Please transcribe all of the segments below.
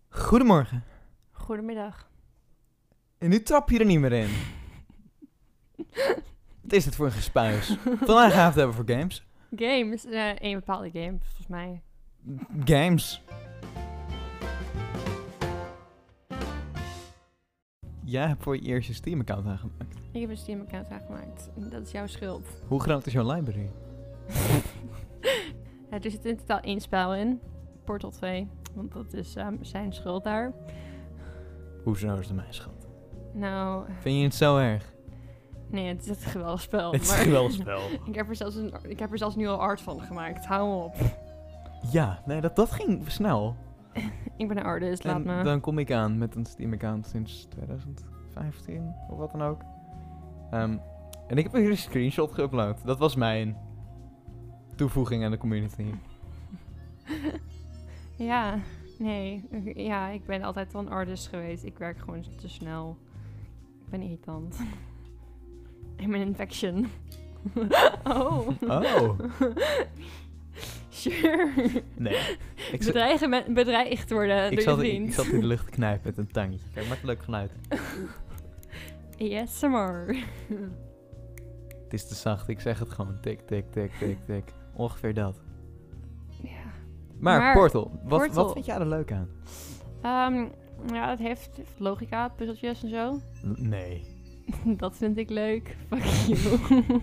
Goedemorgen. Goedemiddag. En nu trap je er niet meer in. Wat is dit voor een gespuis? Vandaag gaan we het hebben voor games. Games? Een bepaalde game, volgens mij. Games. Jij hebt voor je eerste Steam-account aangemaakt. Ik heb een Steam-account aangemaakt. Dat is jouw schuld. Hoe groot is jouw library? Er zit in totaal 1 spel in. Portal 2. Want dat is zijn schuld daar. Hoezo is het mijn schuld? Nou, Vind je het zo erg? nee, het is een geweldig spel. Het is een maar geweldig spel. ik heb er zelfs nu al art van gemaakt. Hou me op. Ja, nee, dat ging snel. Ik ben een artist, laat En me. dan kom ik aan met een Steam-account sinds 2015 of wat dan ook. En ik heb hier een screenshot geüpload. Dat was mijn toevoeging aan de community. Ja, nee. Ja, ik ben altijd wel een artist geweest. Ik werk gewoon te snel. Ik ben irritant. Ik ben een infection. Oh. Oh. Sure. Nee. Bedreigd worden door je vriend. Ik zat in de lucht te knijpen met een tangetje. Kijk, maakt een leuk geluid. Yes, maar. Het is te zacht, ik zeg het gewoon. Tik, tik, tik, tik, tik. Ongeveer dat. Ja. Maar Portal, Portal. wat vind jij er leuk aan? Ja, het heeft logica, puzzeltjes en zo. Nee. Dat vind ik leuk. Fuck you.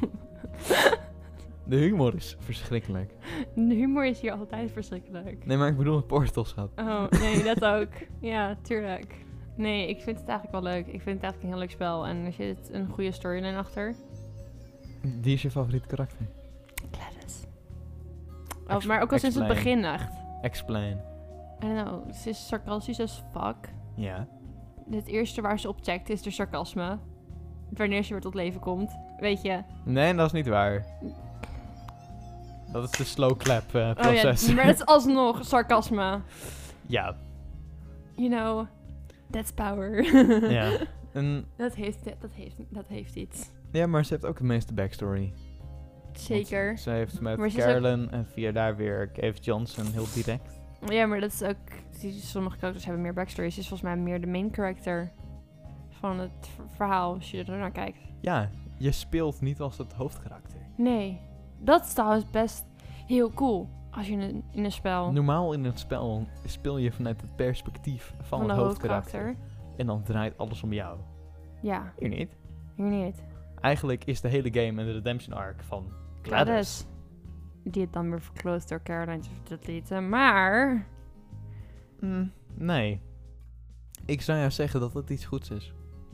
De humor is verschrikkelijk. De humor is hier altijd verschrikkelijk. Nee, maar ik bedoel het Portal, schat. Oh, nee, dat ook. Ja, tuurlijk. Nee, ik vind het eigenlijk wel leuk. Ik vind het eigenlijk een heel leuk spel. En er zit een goede storyline achter. Die is je favoriete karakter? Gladys. Oh, maar ook al sinds het Explain. begin echt. Explain. I don't know, ze is sarcastisch as fuck. Ja. Het eerste waar ze op checkt is de sarcasme. Wanneer ze weer tot leven komt. Weet je. Nee, dat is niet waar. Dat is de slow clap proces. Oh ja, maar het is alsnog sarcasme. Ja. You know, that's power. Ja. En, Dat heeft iets. ja, maar ze heeft ook de meeste backstory. Zeker. Want ze heeft met Maar ze is Carolyn en via daar weer Cave Johnson heel direct. Ja, maar dat is ook... Sommige characters hebben meer backstories. Ze is volgens mij meer de main character van het verhaal, als je er naar kijkt. Ja, je speelt niet als het hoofdkarakter. Nee. Dat is trouwens best heel cool. Als je in een spel Normaal in het spel speel je vanuit het perspectief van van de het hoofdkarakter. hoofdkarakter... En dan draait alles om jou. Ja, Hier niet. hier niet. Eigenlijk is de hele game een redemption arc van Gladys. Die het dan weer verkloot door Caroline te deleten. Maar... Nee. Ik zou jou zeggen dat het iets goeds is.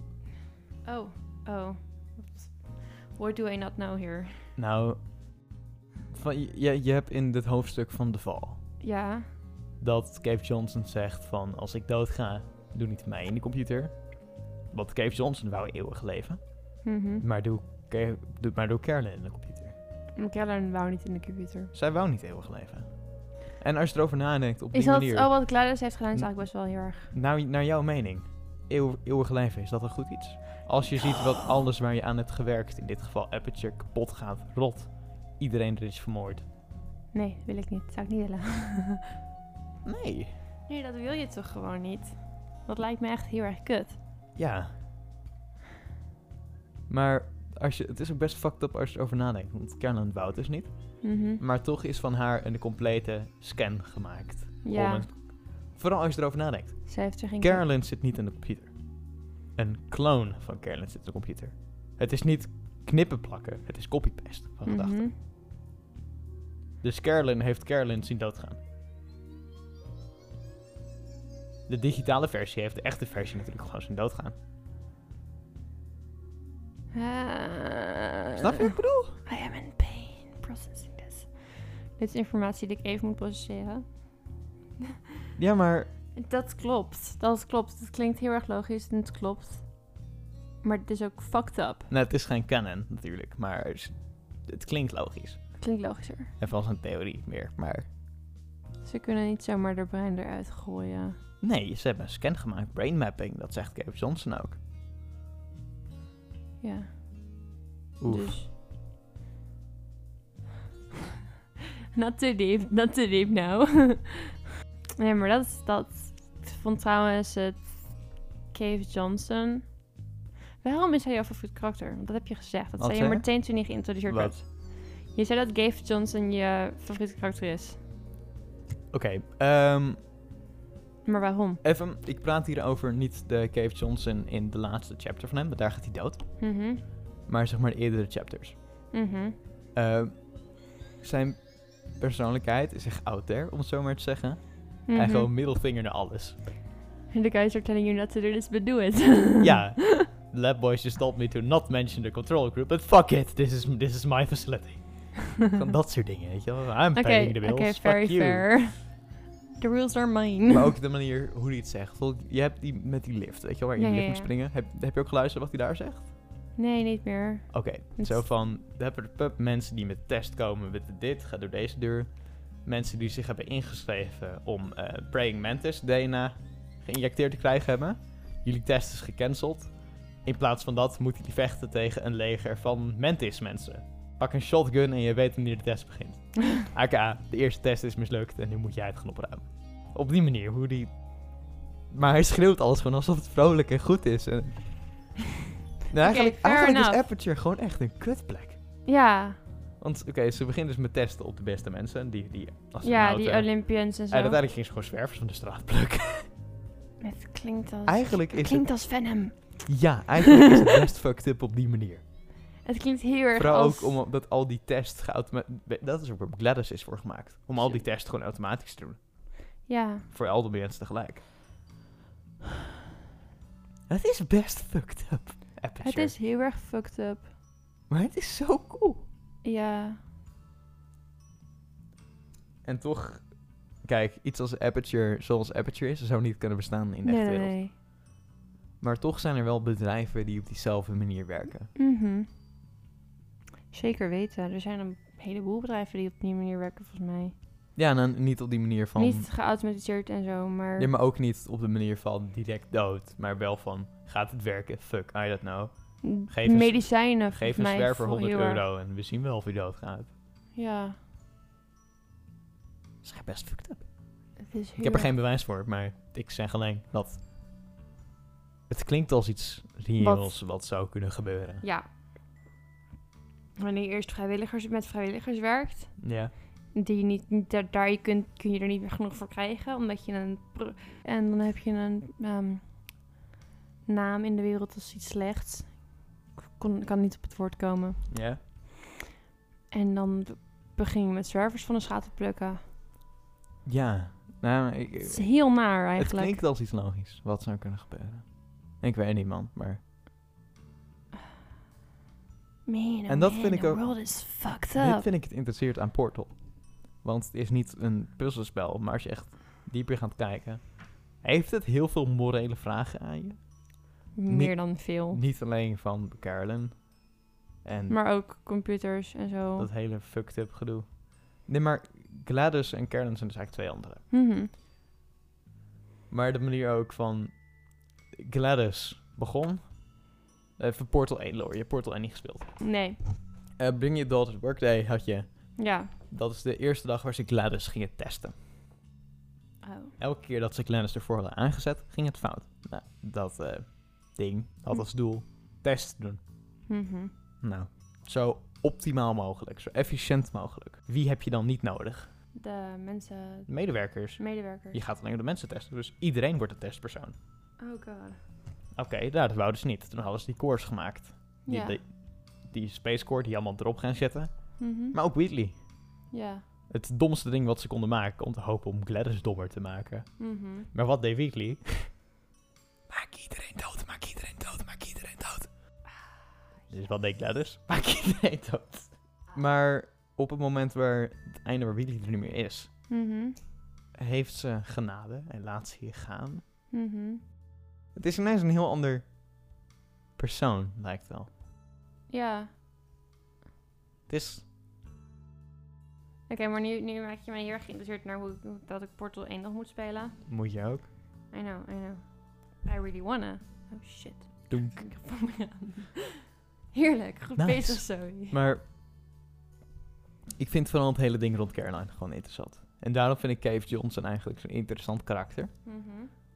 Oh. What do I not know here? Nou, je hebt in dit hoofdstuk van The Fall Ja. dat Cave Johnson zegt van als ik dood ga, doe niet mij in de computer. Want Cave Johnson wou eeuwig leven. Maar doe Carolyn in de computer. Caroline wou niet in de computer. Zij wou niet eeuwig leven. En als je erover nadenkt op die Is dat... manier... Oh, wat Gladys heeft gedaan is eigenlijk best wel heel erg... Naar jouw mening, eeuwig leven, is dat een goed iets? Als je ziet wat alles waar je aan hebt gewerkt, in dit geval Aperture, kapot gaat, rot. Iedereen er is vermoord. Nee, wil ik niet. Zou ik niet willen. Nee. Nee, dat wil je toch gewoon niet? Dat lijkt me echt heel erg kut. Ja. Maar het is ook best fucked up als je erover nadenkt. Want Caroline wou het dus niet. Maar toch is van haar een complete scan gemaakt. Ja. Vooral als je erover nadenkt. Zij heeft er geen... Carolyn zit niet in de computer. Een clone van Carolyn zit in de computer. Het is niet knippen plakken. Het is copy-paste van gedachten. Dus Carolyn heeft Carolyn zien doodgaan. De digitale versie heeft de echte versie natuurlijk gewoon zien doodgaan. Snap je wat ik bedoel? I am in pain processing this. Dit is informatie die ik even moet processeren. Ja, maar... Dat klopt. Dat klopt. Het klinkt heel erg logisch en het klopt. Maar het is ook fucked up. Nou, het is geen canon natuurlijk, maar het klinkt logisch. Het klinkt logischer. Even als een theorie meer, maar... Ze kunnen niet zomaar de brein eruit gooien. Nee, ze hebben een scan gemaakt, brain mapping, dat zegt Cave Johnson ook. Ja. Oef. Dus... Not too deep now. Nee, maar dat vond trouwens het Cave Johnson... Waarom is hij jouw favoriete karakter? Want dat heb je gezegd. Dat zei je meteen toen je geïntroduceerd werd. Je zei dat Cave Johnson je favoriete karakter is. Oké, maar waarom? even, ik praat hier over niet de Cave Johnson in de laatste chapter van hem, want daar gaat hij dood. Maar zeg maar de eerdere chapters. Zijn persoonlijkheid is echt out there, om het zo maar te zeggen. En gewoon middelvinger naar alles. The guys are telling you not to do this, but do it. Ja, the lab boys just told me to not mention the control group, but fuck it, this is my facility. Van dat soort dingen, weet je wel. I'm paying the bills, Oké, fuck very you. fair. The rules are mine. Maar ook de manier hoe hij het zegt. Je hebt die met die lift, weet je wel, waar je in de lift moet springen. Heb je ook geluisterd wat hij daar zegt? Nee, niet meer. Oké, zo van, we hebben de pub mensen die met test komen met dit, gaat door deze deur. Mensen die zich hebben ingeschreven om Praying Mantis DNA geïnjecteerd te krijgen hebben. Jullie test is gecanceld. In plaats van dat moeten jullie vechten tegen een leger van Mantis mensen. Pak een shotgun en je weet wanneer de test begint. AKA, de eerste test is mislukt en nu moet jij het gaan opruimen. Op die manier, hoe die... Maar hij schreeuwt alles gewoon alsof het vrolijk en goed is. En... nou, eigenlijk is Aperture gewoon echt een kutplek. Ja. Want ze begint dus met testen op de beste mensen. Die Olympians en zo. En uiteindelijk ging ze gewoon zwervers van de straat plukken. Het klinkt als... Eigenlijk als Venom. Ja, eigenlijk is het best fucked up op die manier. Het klinkt heel erg vooral als... ook omdat al die tests geautomatiseerd... Dat is ook waar GLaDOS is voor gemaakt. Om al die tests gewoon automatisch te doen. Ja. Voor al de mensen tegelijk. Het is best fucked up, Aperture. Het is heel erg fucked up. Maar het is zo cool. Ja. En toch... Kijk, iets als Aperture, zoals Aperture is, zou niet kunnen bestaan in de echte wereld. Nee. Maar toch zijn er wel bedrijven die op diezelfde manier werken. Zeker weten. Er zijn een heleboel bedrijven die op die manier werken, volgens mij. Ja, nou, niet op die manier van... Niet geautomatiseerd en zo, maar... Ja, maar ook niet op de manier van direct dood. Maar wel van, gaat het werken? Fuck, I don't know. Medicijnen, geef een zwerver €100 en we zien wel of hij doodgaat. Ja. Dat is echt best fucked up. Ik heb er geen bewijs voor, maar ik zeg alleen dat... Het klinkt als iets reëels wat zou kunnen gebeuren. Ja. Wanneer je eerst met vrijwilligers werkt... Ja. Die niet daar kun je er niet meer genoeg voor krijgen, omdat je en dan heb je een naam in de wereld als iets slechts. Kan niet op het woord komen. Ja. En dan begin je met zwervers van de straat te plukken. Ja. Nou, het is heel naar eigenlijk. Het klinkt als iets logisch wat zou kunnen gebeuren. Ik weet niet, man, maar... En dat vind ik ook... World is fucked up. Dit vind ik het interesseert aan Portal. Want het is niet een puzzelspel, maar als je echt dieper gaat kijken... Heeft het heel veel morele vragen aan je? Meer dan veel. Niet alleen van Carolyn. Maar ook computers en zo. Dat hele fucked up gedoe. Nee, maar GLaDOS en Carolyn zijn dus eigenlijk twee andere. Maar de manier ook van... GLaDOS begon... Even Portal 1 lore. Je hebt Portal 1 niet gespeeld. Nee. Bring Your Daughter to Workday had je. Ja. Dat is de eerste dag waar ze GLaDOS gingen testen. Oh. Elke keer dat ze GLaDOS ervoor hadden aangezet, ging het fout. Nou, dat ding had als doel tests doen. Nou, zo optimaal mogelijk. Zo efficiënt mogelijk. Wie heb je dan niet nodig? De mensen... Medewerkers. Je gaat alleen de mensen testen. Dus iedereen wordt een testpersoon. Oh god. Oké, dat wouden ze niet. Toen hadden ze die cores gemaakt. Die Space Core die allemaal erop gaan zetten. Maar ook Wheatley. Ja. Het domste ding wat ze konden maken om te hopen om GLaDOS dommer te maken. Maar wat deed Wheatley? Maak iedereen dood, maak iedereen dood, maak iedereen dood. Dus wat deed GLaDOS? Maak iedereen dood. Maar op het moment waar het einde waar Wheatley er niet meer is, heeft ze genade en laat ze je gaan. Het is ineens een heel ander persoon, lijkt wel. Ja. Het is... Oké, maar nu maak je me heel erg geïnteresseerd naar hoe dat ik Portal 1 nog moet spelen. Moet je ook. I know. I really wanna. Oh shit. Doenk. Heerlijk, goed nice. bezig zo. Maar ik vind vooral het hele ding rond Caroline gewoon interessant. En daarom vind ik Cave Johnson eigenlijk zo'n interessant karakter.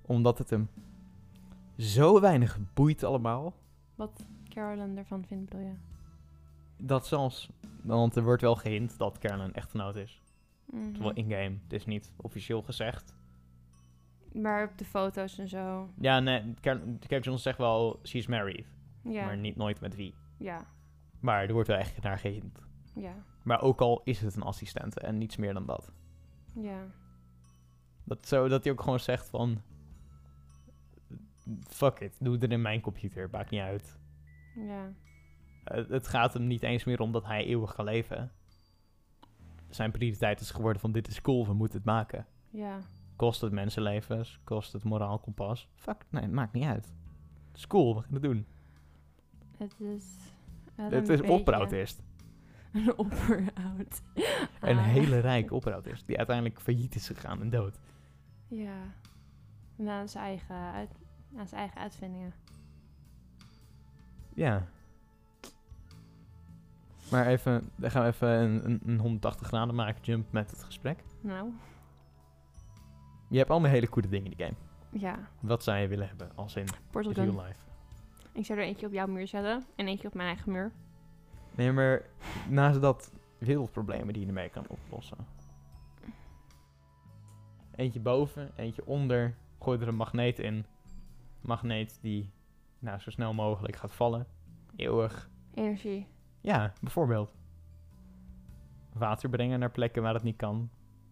Omdat het hem zo weinig boeit allemaal. Wat Carolyn ervan vindt, bedoel je? Dat zelfs... Want er wordt wel gehint dat Carolyn echtgenoot is. Mhm. Terwijl in-game. Het is niet officieel gezegd. Maar op de foto's en zo. Ja, nee. Carrie Johnson zegt wel... She's married. Ja. Maar niet nooit met wie. Ja. Maar er wordt wel echt naar gehint. Ja. Maar ook al is het een assistente en niets meer dan dat. Ja. Dat hij ook gewoon zegt van... Fuck it, doe het in mijn computer, maakt niet uit. Ja. Het gaat hem niet eens meer om dat hij eeuwig kan leven. Zijn prioriteit is geworden van dit is cool, we moeten het maken. Ja. Kost het mensenlevens, kost het moraal kompas. Fuck, nee, het maakt niet uit. Het is cool, we gaan het doen. Het is... Het is operautist. Een operaut. Een hele rijke operautist die uiteindelijk failliet is gegaan en dood. Ja. Na zijn eigen uitvindingen. Ja. Maar even, dan gaan we even een 180 graden maken, jump met het gesprek. Nou. Je hebt allemaal hele coole dingen in die game. Ja. Wat zou je willen hebben als in Portal real gun. life? Ik zou er eentje op jouw muur zetten. En eentje op mijn eigen muur. Nee, maar naast dat wereldproblemen die je ermee kan oplossen. Eentje boven, eentje onder. Gooi er een magneet in. Magneet die zo snel mogelijk gaat vallen. Eeuwig. Energie. Ja, bijvoorbeeld. Water brengen naar plekken waar het niet kan.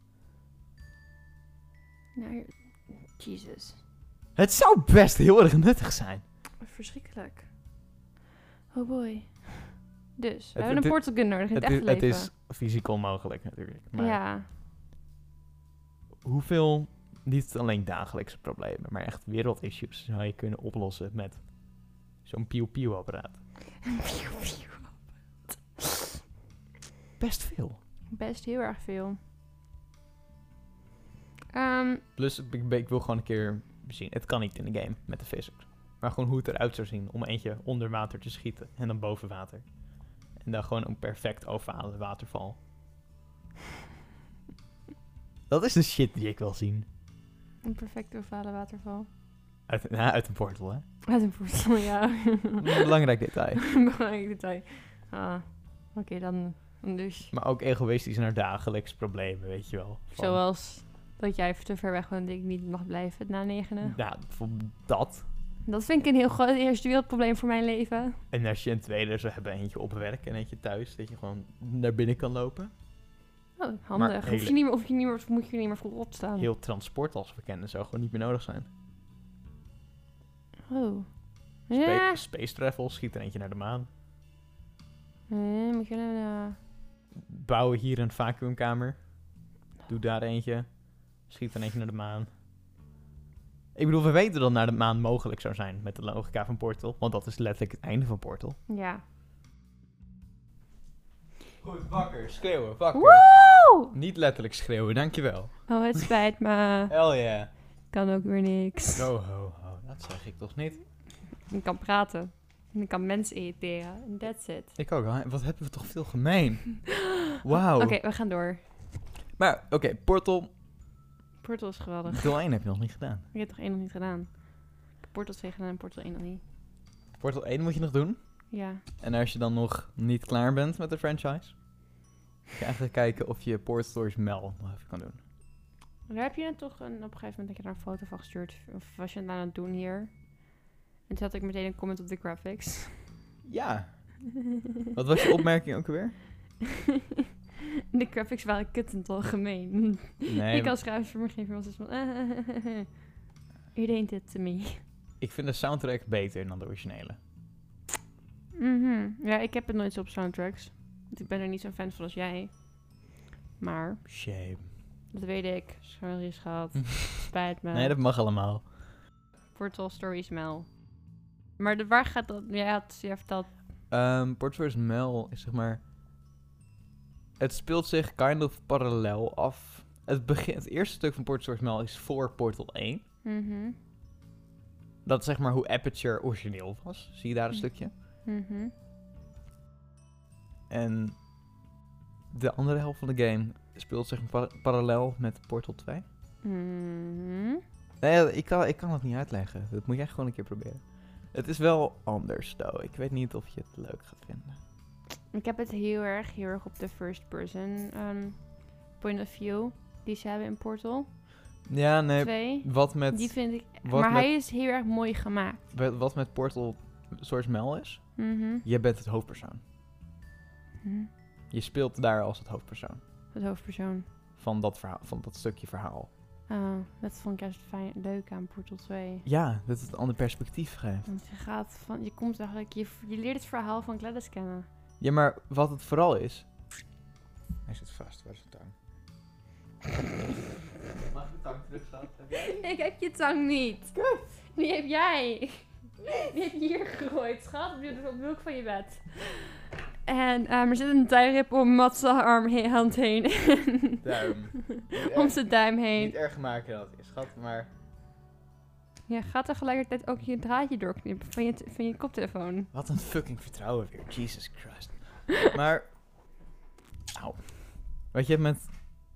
Nou, Jesus. Het zou best heel erg nuttig zijn. Verschrikkelijk. Oh boy. Dus, we Het- hebben een portal gun nodig in het echte het leven. is fysiek onmogelijk natuurlijk. Maar Ja. hoeveel, niet alleen dagelijkse problemen, maar echt wereldissues zou je kunnen oplossen met zo'n piu-piu apparaat? Best veel. Best heel erg veel. Plus, ik wil gewoon een keer zien. Het kan niet in de game met de physics. Maar gewoon hoe het eruit zou zien om eentje onder water te schieten en dan boven water. En dan gewoon een perfect ovale waterval. Dat is de shit die ik wil zien. Een perfecte ovale waterval. Uit een portal, hè? Uit een portal, ja. Een belangrijk detail. Belangrijk detail. Oké, dan dus. Maar ook egoïstisch naar dagelijks problemen, weet je wel. Van, Zoals dat jij te ver weg woont en ik niet mag blijven na 9. ja, bijvoorbeeld dat. Dat vind ik een heel groot eerste wereldprobleem voor mijn leven. En als je een tweede zou hebben, eentje op werk en eentje thuis, dat je gewoon naar binnen kan lopen. Oh, handig. Maar Moet je niet meer vroeg opstaan. Heel transport als we kennen zou gewoon niet meer nodig zijn. Oh. Ja. Space travel, schiet er eentje naar de maan. Moet je nou... Bouwen hier een vacuümkamer. Doe daar eentje. Schiet er eentje naar de maan. Ik bedoel, we weten dat naar de maan mogelijk zou zijn met de logica van Portal. Want dat is letterlijk het einde van Portal. Ja. Goed, wakker, schreeuwen, wakker. Woe! Niet letterlijk schreeuwen, dankjewel. Oh, het spijt me. Hell yeah. Kan ook weer niks. Ho, ho, ho. Dat zeg ik toch niet? Ik kan praten. En ik kan mensen irriteren. En that's it. Ik ook. Hè? Wat hebben we toch veel gemeen. Wauw. Oké, we gaan door. Maar, oké, Portal. Portal is geweldig. Deel 1 heb je nog niet gedaan. Ik heb toch 1 nog niet gedaan. Ik heb Portal 2 gedaan en Portal 1 nog niet. Portal 1 moet je nog doen. Ja. En als je dan nog niet klaar bent met de franchise, ga je eigenlijk kijken of je Portal Stories Mel nog even kan doen. Daar heb je net toch op een gegeven moment dat je daar een foto van gestuurd. Of was je het aan het doen hier? En toen had ik meteen een comment op de graphics. Ja. Wat was je opmerking ook alweer? De graphics waren kut in het algemeen. Nee, Ik als schrijversvormgever was dus van... It ain't it to me. ik vind de soundtrack beter dan de originele. Ja, ik heb het nooit zo op soundtracks. Want ik ben er niet zo'n fan van als jij. Maar, Shame. dat weet ik. Sorry, schat. Spijt me. Nee, dat mag allemaal. Portal Stories Mel. Maar waar gaat dat... Jij verteld... Portal Stories Mel is zeg maar... Het speelt zich kind of parallel af. Het eerste stuk van Portal Stories Mel is voor Portal 1. Dat is zeg maar hoe Aperture origineel was. Zie je daar een stukje? En de andere helft van de game speelt zich parallel met Portal 2. Nee, ik kan het niet uitleggen. Dat moet jij gewoon een keer proberen. Het is wel anders, though. Ik weet niet of je het leuk gaat vinden. Ik heb het heel erg op de first person point of view die ze hebben in Portal Ja, nee. 2. Wat met... Die vind ik... wat Maar met- hij is heel erg mooi gemaakt. Wat met Portal Source Mel is, Mhm. je bent het hoofdpersoon. Mhm. Je speelt daar als het hoofdpersoon Het hoofdpersoon. van dat verhaal, van dat stukje verhaal. Oh, dat vond ik juist leuk aan Portal 2. Ja, dat het een ander perspectief geeft. Want je komt eigenlijk, je leert het verhaal van Gladys kennen. Ja, maar wat het vooral is... Hij zit vast, waar is de tang? Mag ik de tang terugzetten? Ik heb je tang niet. Die heb jij. Die heb je hier gegooid, schat. Op de hoek van je bed. En er zit een duimrip om Mats' hand heen. Duim. Om zijn duim heen. Niet erg maken dat is, schat, maar... Je gaat tegelijkertijd ook je draadje doorknippen van je koptelefoon. Wat een fucking vertrouwen weer, Jesus Christ. Maar... Auw. Wat je hebt met...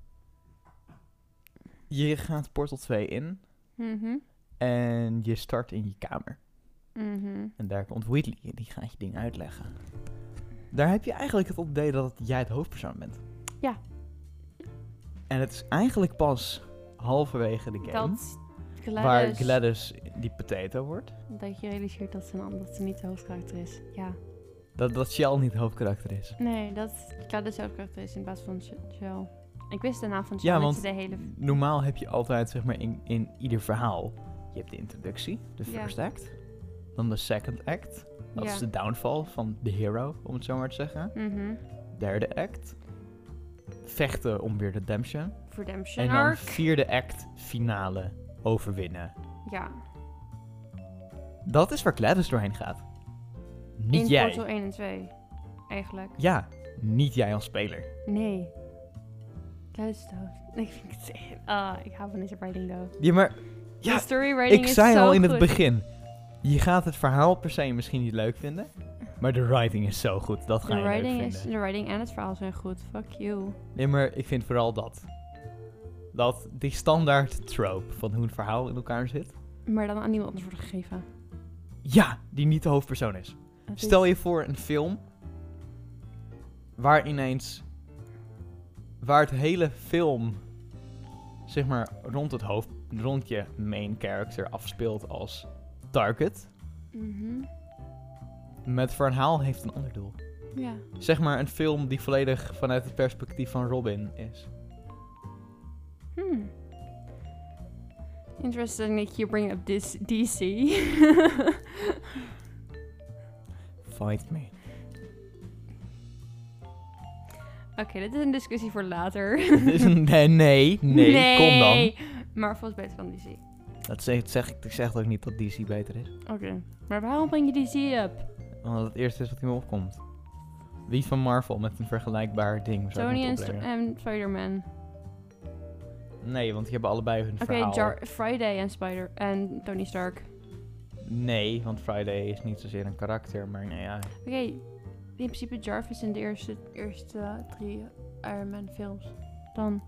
Je gaat Portal 2 in Mhm. en je start in je kamer. Mhm. En daar komt Wheatley en die gaat je dingen uitleggen. Daar heb je eigenlijk het idee dat jij het hoofdpersoon bent. Ja. En het is eigenlijk pas halverwege de game Dat waar Gladys die potato wordt. Dat je realiseert dat ze niet de hoofdkarakter is. Ja. Dat Shell niet het hoofdkarakter is. Nee, dat Gladys de hoofdkarakter is in plaats van Shell. Ik wist de naam van Shell Ja, niet want de hele... normaal heb je altijd, zeg maar, in ieder verhaal... Je hebt de introductie, de Ja. first act. Dan de second act. Dat Ja. is de downfall van de hero, om het zo maar te zeggen. Mhm. Derde act. Vechten om weer redemption. Redemption En dan arc. vierde act, finale, overwinnen. Ja. Dat is waar Gladys doorheen gaat. Niet in jij. Portal 1 en 2. Eigenlijk. Ja, niet jij als speler. Nee. Gladys is dood. Ik vind het echt... ik hou van deze writing though. Ja, maar... De Ja, story writing ik is zei zo al in goed. het begin. Je gaat het verhaal per se misschien niet leuk vinden. Maar de writing is zo goed. Dat ga je leuk vinden. De writing en het verhaal zijn goed. Fuck you. Nee, maar ik vind vooral dat. Dat die standaard trope van hoe een verhaal in elkaar zit. Maar dan aan niemand anders wordt gegeven. Ja, die niet de hoofdpersoon is. Het Stel is- je voor een film waar ineens... Waar het hele film, zeg maar, rond je main character afspeelt als target. Mhm. Met verhaal heeft een ander doel. Ja. Zeg maar een film die volledig vanuit het perspectief van Robin is. Interesting that you bring up this DC. Fight me. Oké, dit is een discussie voor later. Dit is een... Nee, kom dan. Marvel is beter dan DC. Ik zeg ook niet dat DC beter is. Oké. Maar waarom breng je DC op? Omdat het eerste is wat in me opkomt. Wie van Marvel met een vergelijkbaar ding zou ik Tony moeten opbrengen? en Spider-Man. Nee, want die hebben allebei hun Oké, verhaal. Friday en Tony Stark. Nee, want Friday is niet zozeer een karakter, maar nee, ja. Oké, in principe Jarvis in de eerste 3 Iron Man films. Dan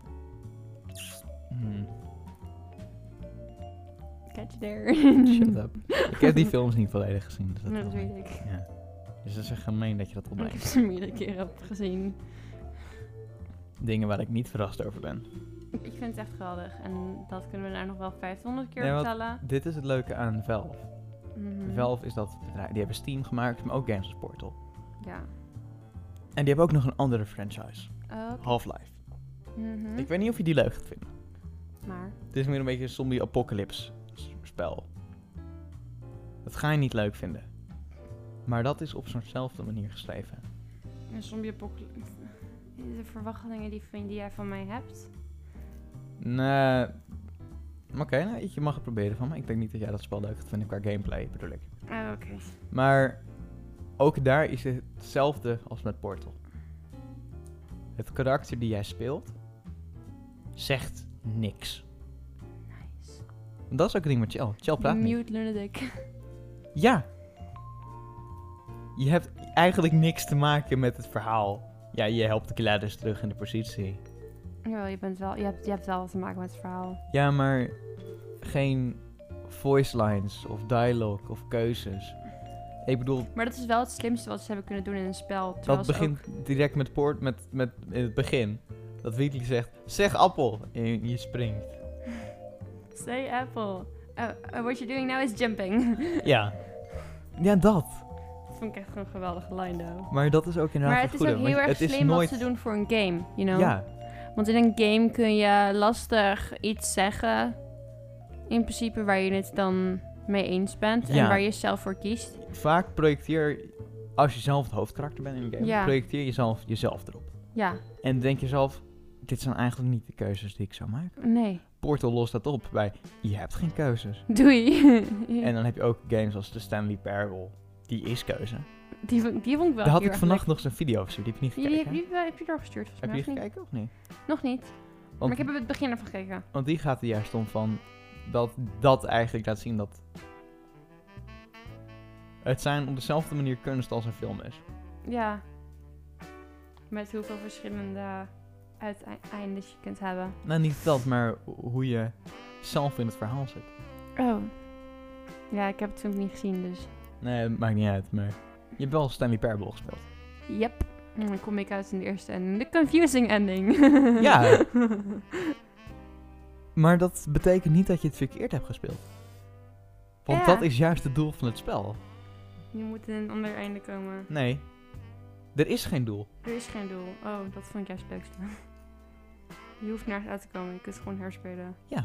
catch you there. Shut up. Ik heb die films niet volledig gezien. Dus Nee, dat wel- weet ik. Ja. Dus dat is echt gemeen dat je dat Ik heb opbrengt. ze meerdere keren heb gezien. Dingen waar ik niet verrast over ben. Ik vind het echt geweldig. En dat kunnen we daar nog wel 500 keer Nee, want vertellen. Dit is het leuke aan Valve. Mhm. Valve is dat bedrijf. Die hebben Steam gemaakt, maar ook Games als Portal. Ja. En die hebben ook nog een andere franchise. Oké. Half-Life. Mhm. Ik weet niet of je die leuk gaat vinden. Maar. Het is meer een beetje een zombie apocalypse spel. Dat ga je niet leuk vinden. Maar dat is op zo'nzelfde manier geschreven. Een zombie apocalypse. De verwachtingen die jij van mij hebt. Nee. Oké, nou, je mag het proberen van me. Ik denk niet dat jij dat spel leuk gaat vinden qua gameplay, bedoel ik. Oké. Maar ook daar is het hetzelfde als met Portal. Het karakter die jij speelt zegt niks. Nice. Dat is ook het ding met Chell. Chell praat niet. Mute lunatic. Ja. Je hebt eigenlijk niks te maken met het verhaal. Ja, je helpt Gladys terug in de positie. Jawel, je hebt wel wat te maken met het verhaal. Ja, maar geen voice lines of dialogue of keuzes. Ik bedoel, Maar dat is wel het slimste wat ze hebben kunnen doen in een spel. terwijl dat ze begint direct met in het begin. Dat Wheatley zegt, zeg appel. En je springt. ook... Say apple. What you're doing now is jumping. Ja. Ja, dat. Dat vond ik echt een geweldige line, though. Maar dat is ook inderdaad Maar het is goede, ook heel want erg het is slim nooit... wat ze doen voor een game, you know? Ja, Want in een game kun je lastig iets zeggen, in principe waar je het dan mee eens bent en Ja. waar je zelf voor kiest. vaak als je zelf het hoofdkarakter bent in een game, Ja. projecteer jezelf erop. Ja, En denk jezelf, dit zijn eigenlijk niet de keuzes die ik zou maken. nee. Portal lost dat op bij, je hebt geen keuzes. Doei. En dan heb je ook games als de Stanley Parable. Die is keuze. Die vond ik wel Daar heel had ik erg vannacht leuk. nog zo'n video over. Die heb je niet gekeken. Die heb je doorgestuurd volgens Heb mij. je die of niet? gekeken of niet? Nog niet. Want, Maar ik heb het begin ervan gekeken. want die gaat er juist om van dat eigenlijk laat zien dat het zijn op dezelfde manier kunst als een film is. Ja. Met hoeveel verschillende uiteindes je kunt hebben. Nou, niet dat, maar hoe je zelf in het verhaal zit. Oh. Ja, ik heb het toen niet gezien, dus... Nee, het maakt niet uit, maar je hebt wel Stanley Parable gespeeld. Yep. En dan kom ik uit in de eerste ending. De confusing ending. Ja. Maar dat betekent niet dat je het verkeerd hebt gespeeld. Want Ja. dat is juist het doel van het spel. Je moet in een ander einde komen. Nee, er is geen doel. Er is geen doel. Oh, dat vond ik juist het leukste. Je hoeft nergens uit te komen. Je kunt het gewoon herspelen. Ja.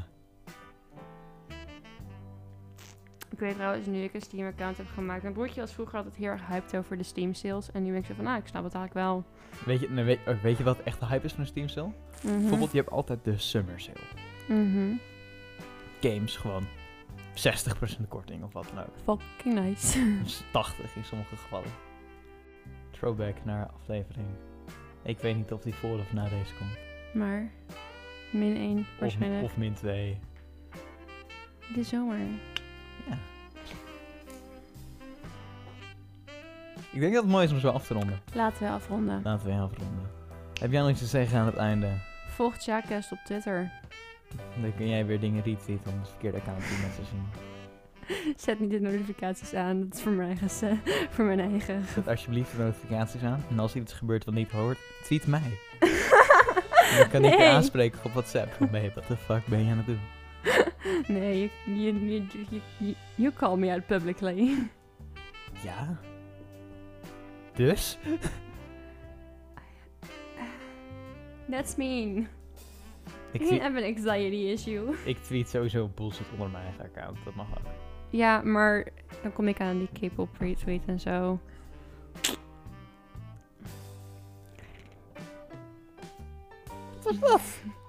Ik weet trouwens, nu ik een Steam-account heb gemaakt. Mijn broertje was vroeger altijd heel erg hyped over de Steam-sales. En nu ben ik zo van, ik snap het eigenlijk wel. Weet je wat echt de hype is van een Steam sale? Mhm. Bijvoorbeeld, je hebt altijd de summer sale. Mhm. Games gewoon 60% korting of wat dan ook. Fucking nice. Dus 80 in sommige gevallen. Throwback naar aflevering. Ik weet niet of die voor of na deze komt. Maar, min 1 waarschijnlijk. Of min 2. De zomer. Ja. Ik denk dat het mooi is om zo af te ronden. Laten we afronden. Laten we afronden. Heb jij nog iets te zeggen aan het einde? Volg Jackass op Twitter. Dan kun jij weer dingen retweeten om het verkeerde account die mensen zien. Zet niet de notificaties aan. Dat is voor mijn eigen... voor mijn eigen... Zet alsjeblieft de notificaties aan. En als er iets gebeurt wat niet hoort, tweet mij. En dan kan ik je Nee. aanspreken op WhatsApp. Van, hey, what the fuck ben je aan het doen? Nee, you call me out publicly. Ja? Dus? That's mean. Ik, I tweet, have an anxiety issue. ik tweet sowieso bullshit onder mijn eigen account. Dat mag ook. Ja, maar dan kom ik aan die K-pop retweet en zo. Wat was dat?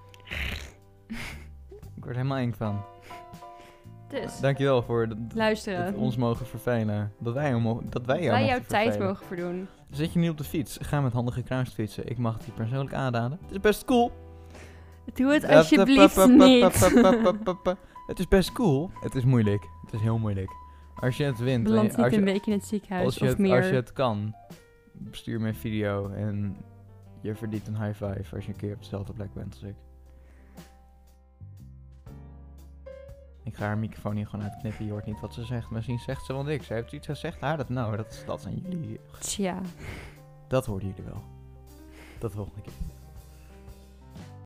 Ik word er helemaal eng van. Dus, Dankjewel voor het luisteren. ons mogen vervelen. Dat wij jou Wij jouw mogen tijd vervelen. mogen verdoen. Zit je nu op de fiets? Ga met handen gekruist fietsen. Ik mag het je persoonlijk aanraden. Het is best cool. Doe het alsjeblieft niet. Het is best cool. Het is moeilijk. Het is heel moeilijk. Als je het wint. Beland niet als een je, week in het ziekenhuis als je of het, meer. als je het kan, stuur me een video en je verdient een high five als je een keer op dezelfde plek bent als ik. Ik ga haar microfoon hier gewoon uitknippen. Je hoort niet wat ze zegt. Misschien zegt ze wel niks. Ze heeft iets gezegd. Dat zijn jullie. Tja. Dat hoorden jullie wel. Tot de volgende keer.